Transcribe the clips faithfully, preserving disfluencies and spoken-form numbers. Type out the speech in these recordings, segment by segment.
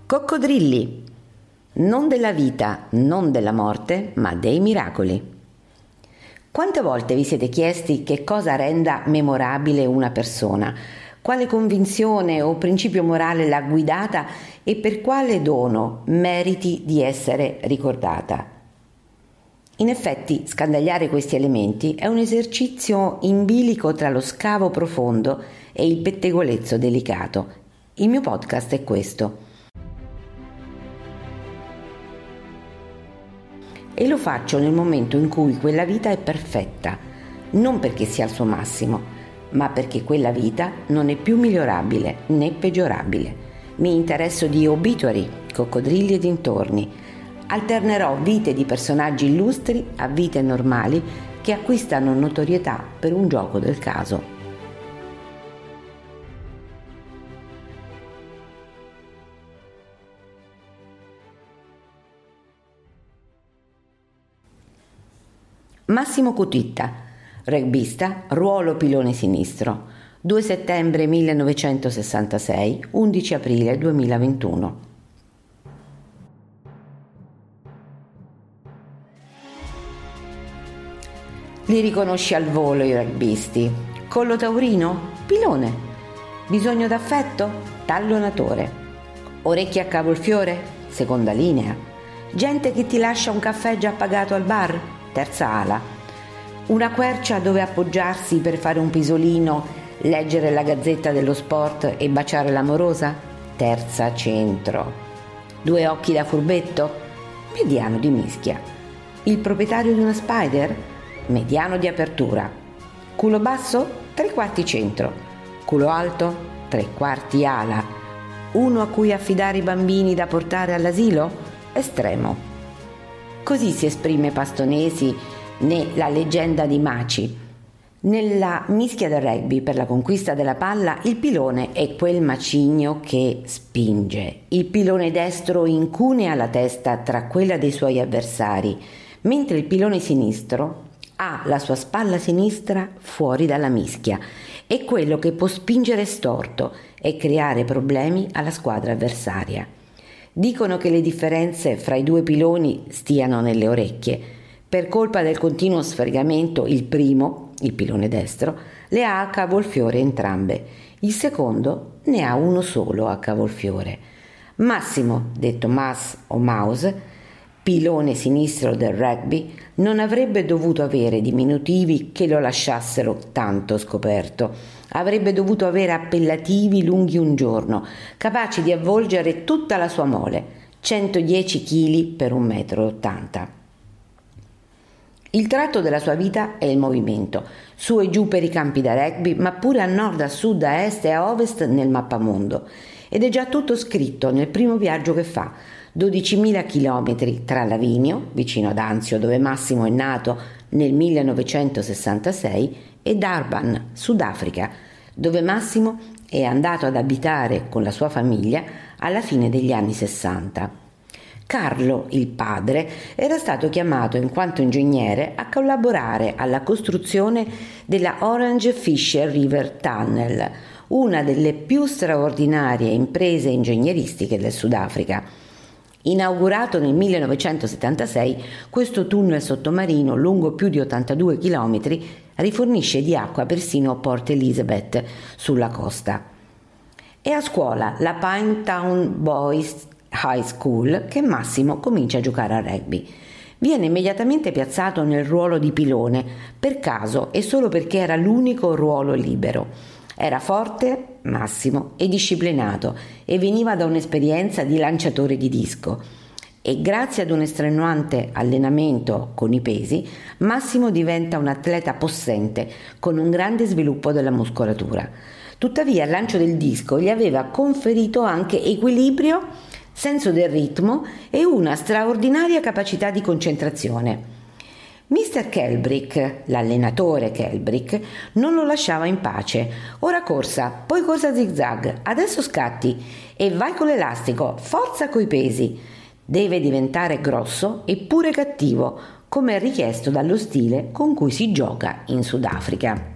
Coccodrilli, non della vita, non della morte, ma dei miracoli. Quante volte vi siete chiesti che cosa renda memorabile una persona? Quale convinzione o principio morale l'ha guidata e per quale dono meriti di essere ricordata? In effetti, scandagliare questi elementi è un esercizio in bilico tra lo scavo profondo e il pettegolezzo delicato. Il mio podcast è questo. E lo faccio nel momento in cui quella vita è perfetta, non perché sia al suo massimo, ma perché quella vita non è più migliorabile né peggiorabile. Mi interesso di obituary, coccodrilli e dintorni. Alternerò vite di personaggi illustri a vite normali che acquistano notorietà per un gioco del caso. Massimo Cutitta, rugbista, ruolo pilone sinistro, due settembre millenovecentosessantasei, undici aprile duemilaventuno. Li riconosci al volo i rugbisti. Collo taurino? Pilone. Bisogno d'affetto? Tallonatore. Orecchie a cavolfiore? Seconda linea. Gente che ti lascia un caffè già pagato al bar? Terza ala. Una quercia dove appoggiarsi per fare un pisolino, leggere la gazzetta dello sport e baciare l'amorosa? Terza centro. Due occhi da furbetto? Mediano di mischia. Il proprietario di una Spider? Mediano di apertura. Culo basso? Tre quarti centro. Culo alto? Tre quarti ala. Uno a cui affidare i bambini da portare all'asilo? Estremo. Così si esprime Pastonesi nella leggenda di Maci. Nella mischia del rugby per la conquista della palla, il pilone è quel macigno che spinge. Il pilone destro incunea la testa tra quella dei suoi avversari, mentre il pilone sinistro ha la sua spalla sinistra fuori dalla mischia. È quello che può spingere storto e creare problemi alla squadra avversaria. Dicono che le differenze fra i due piloni stiano nelle orecchie. Per colpa del continuo sfregamento, il primo, il pilone destro, le ha a cavolfiore entrambe. Il secondo ne ha uno solo a cavolfiore. Massimo, detto Mas o Mouse, pilone sinistro del rugby, non avrebbe dovuto avere diminutivi che lo lasciassero tanto scoperto. Avrebbe dovuto avere appellativi lunghi un giorno, capaci di avvolgere tutta la sua mole, centodieci chili per un metro e ottanta. Il tratto della sua vita è il movimento, su e giù per i campi da rugby, ma pure a nord, a sud, a est e a ovest nel mappamondo. Ed è già tutto scritto nel primo viaggio che fa, dodicimila chilometri tra Lavinio, vicino ad Anzio, dove Massimo è nato nel millenovecentosessantasei, e Durban, Sudafrica, dove Massimo è andato ad abitare con la sua famiglia alla fine degli anni sessanta. Carlo, il padre, era stato chiamato in quanto ingegnere a collaborare alla costruzione della Orange Fisher River Tunnel, una delle più straordinarie imprese ingegneristiche del Sudafrica. Inaugurato nel millenovecentosettantasei, questo tunnel sottomarino lungo più di ottantadue chilometri rifornisce di acqua persino Port Elizabeth sulla costa. È a scuola, la Pinetown Boys High School, che Massimo comincia a giocare a rugby. Viene immediatamente piazzato nel ruolo di pilone, per caso e solo perché era l'unico ruolo libero. Era forte, Massimo, e disciplinato e veniva da un'esperienza di lanciatore di disco. E grazie ad un estenuante allenamento con i pesi, Massimo diventa un atleta possente con un grande sviluppo della muscolatura. Tuttavia il lancio del disco gli aveva conferito anche equilibrio, senso del ritmo e una straordinaria capacità di concentrazione. mister Kelbrick, l'allenatore Kelbrick, non lo lasciava in pace. Ora corsa, poi corsa zigzag, adesso scatti e vai con l'elastico, forza coi pesi. Deve diventare grosso e pure cattivo, come è richiesto dallo stile con cui si gioca in Sudafrica.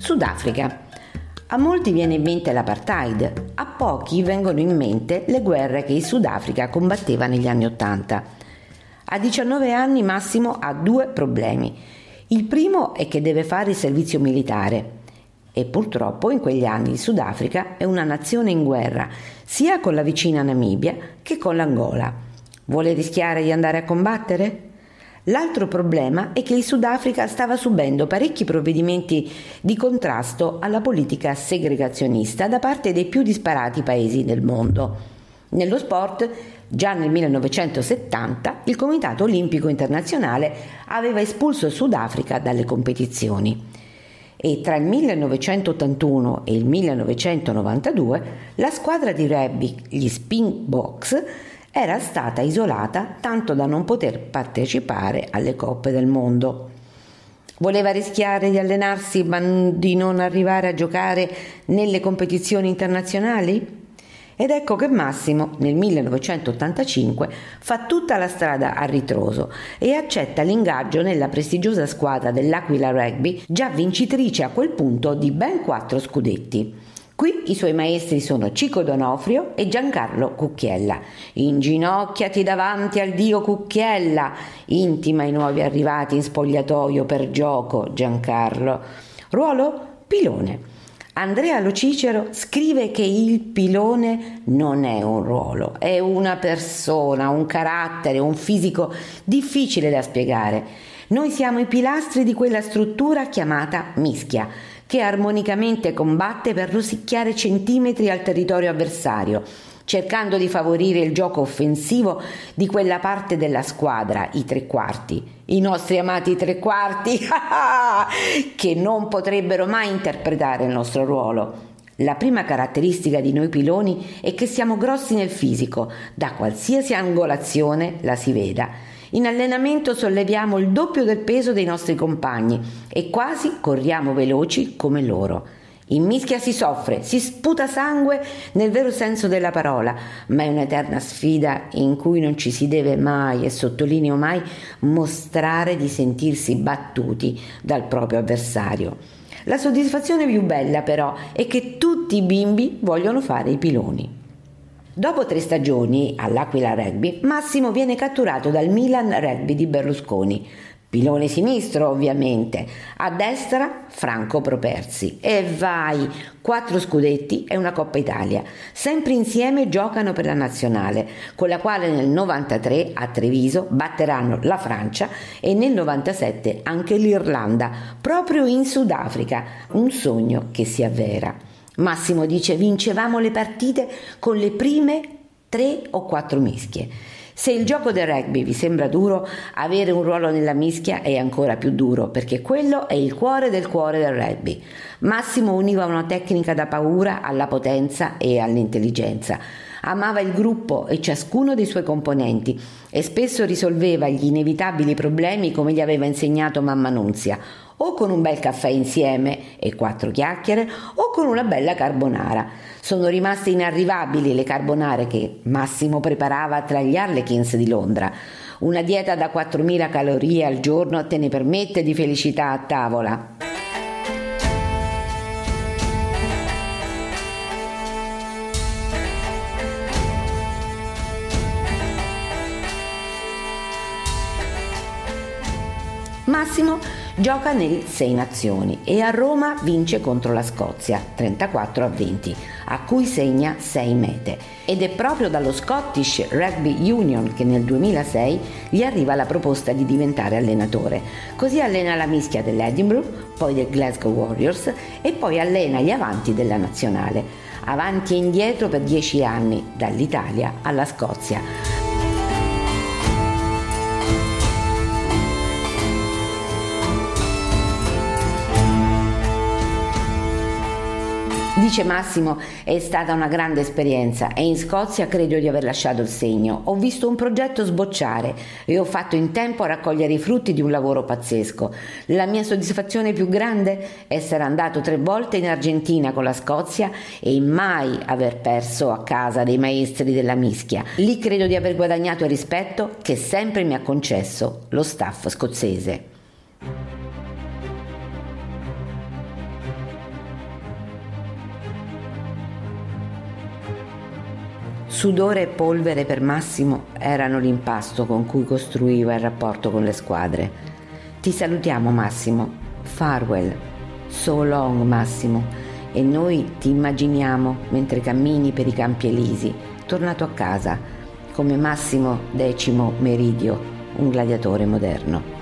Sudafrica. A molti viene in mente l'apartheid, a pochi vengono in mente le guerre che il Sudafrica combatteva negli anni Ottanta. A diciannove anni Massimo ha due problemi. Il primo è che deve fare il servizio militare e purtroppo in quegli anni il Sudafrica è una nazione in guerra sia con la vicina Namibia che con l'Angola. Vuole rischiare di andare a combattere? L'altro problema è che il Sudafrica stava subendo parecchi provvedimenti di contrasto alla politica segregazionista da parte dei più disparati paesi del mondo. Nello sport, già nel millenovecentosettanta, il Comitato Olimpico Internazionale aveva espulso il Sudafrica dalle competizioni. E tra il millenovecentottantuno e il millenovecentonovantadue la squadra di rugby, gli Springboks, era stata isolata tanto da non poter partecipare alle coppe del mondo. Voleva rischiare di allenarsi ma di non arrivare a giocare nelle competizioni internazionali? Ed ecco che Massimo nel millenovecentottantacinque fa tutta la strada a ritroso e accetta l'ingaggio nella prestigiosa squadra dell'Aquila Rugby, già vincitrice a quel punto di ben quattro scudetti. Qui i suoi maestri sono Cico D'Onofrio e Giancarlo Cucchiella. Inginocchiati davanti al dio Cucchiella, intima i nuovi arrivati in spogliatoio per gioco Giancarlo. Ruolo? Pilone. Andrea Lo Cicero scrive che il pilone non è un ruolo, è una persona, un carattere, un fisico difficile da spiegare. Noi siamo i pilastri di quella struttura chiamata mischia, che armonicamente combatte per rosicchiare centimetri al territorio avversario, cercando di favorire il gioco offensivo di quella parte della squadra, i tre quarti, i nostri amati tre quarti, che non potrebbero mai interpretare il nostro ruolo. La prima caratteristica di noi piloni è che siamo grossi nel fisico, da qualsiasi angolazione la si veda. In allenamento solleviamo il doppio del peso dei nostri compagni e quasi corriamo veloci come loro. In mischia si soffre, si sputa sangue nel vero senso della parola, ma è un'eterna sfida in cui non ci si deve mai, e sottolineo mai, mostrare di sentirsi battuti dal proprio avversario. La soddisfazione più bella però è che tutti i bimbi vogliono fare i piloni. Dopo tre stagioni all'Aquila Rugby, Massimo viene catturato dal Milan Rugby di Berlusconi. Pilone sinistro, ovviamente. A destra Franco Properzi. E vai! Quattro scudetti e una Coppa Italia. Sempre insieme giocano per la nazionale, con la quale nel novantatré a Treviso batteranno la Francia e nel novantasette anche l'Irlanda, proprio in Sudafrica. Un sogno che si avvera. Massimo dice: vincevamo le partite con le prime tre o quattro mischie. Se il gioco del rugby vi sembra duro, avere un ruolo nella mischia è ancora più duro, perché quello è il cuore del cuore del rugby. Massimo univa una tecnica da paura alla potenza e all'intelligenza. Amava il gruppo e ciascuno dei suoi componenti e spesso risolveva gli inevitabili problemi come gli aveva insegnato mamma Nunzia, o con un bel caffè insieme e quattro chiacchiere, o con una bella carbonara. Sono rimaste inarrivabili le carbonare che Massimo preparava tra gli Harlequins di Londra. Una dieta da quattromila calorie al giorno te ne permette di felicità a tavola. Massimo gioca nel Sei Nazioni e a Roma vince contro la Scozia trentaquattro a venti, a cui segna sei mete. Ed è proprio dallo Scottish Rugby Union che nel duemilasei gli arriva la proposta di diventare allenatore. Così allena la mischia dell'Edinburgh, poi del Glasgow Warriors e poi allena gli avanti della nazionale. Avanti e indietro per dieci anni, dall'Italia alla Scozia. Dice Massimo: è stata una grande esperienza e in Scozia credo di aver lasciato il segno. Ho visto un progetto sbocciare e ho fatto in tempo a raccogliere i frutti di un lavoro pazzesco. La mia soddisfazione più grande è essere andato tre volte in Argentina con la Scozia e mai aver perso a casa dei maestri della mischia. Lì credo di aver guadagnato il rispetto che sempre mi ha concesso lo staff scozzese. Sudore e polvere per Massimo erano l'impasto con cui costruiva il rapporto con le squadre. Ti salutiamo Massimo, farewell, so long Massimo, e noi ti immaginiamo mentre cammini per i Campi Elisi, tornato a casa, come Massimo Decimo Meridio, un gladiatore moderno.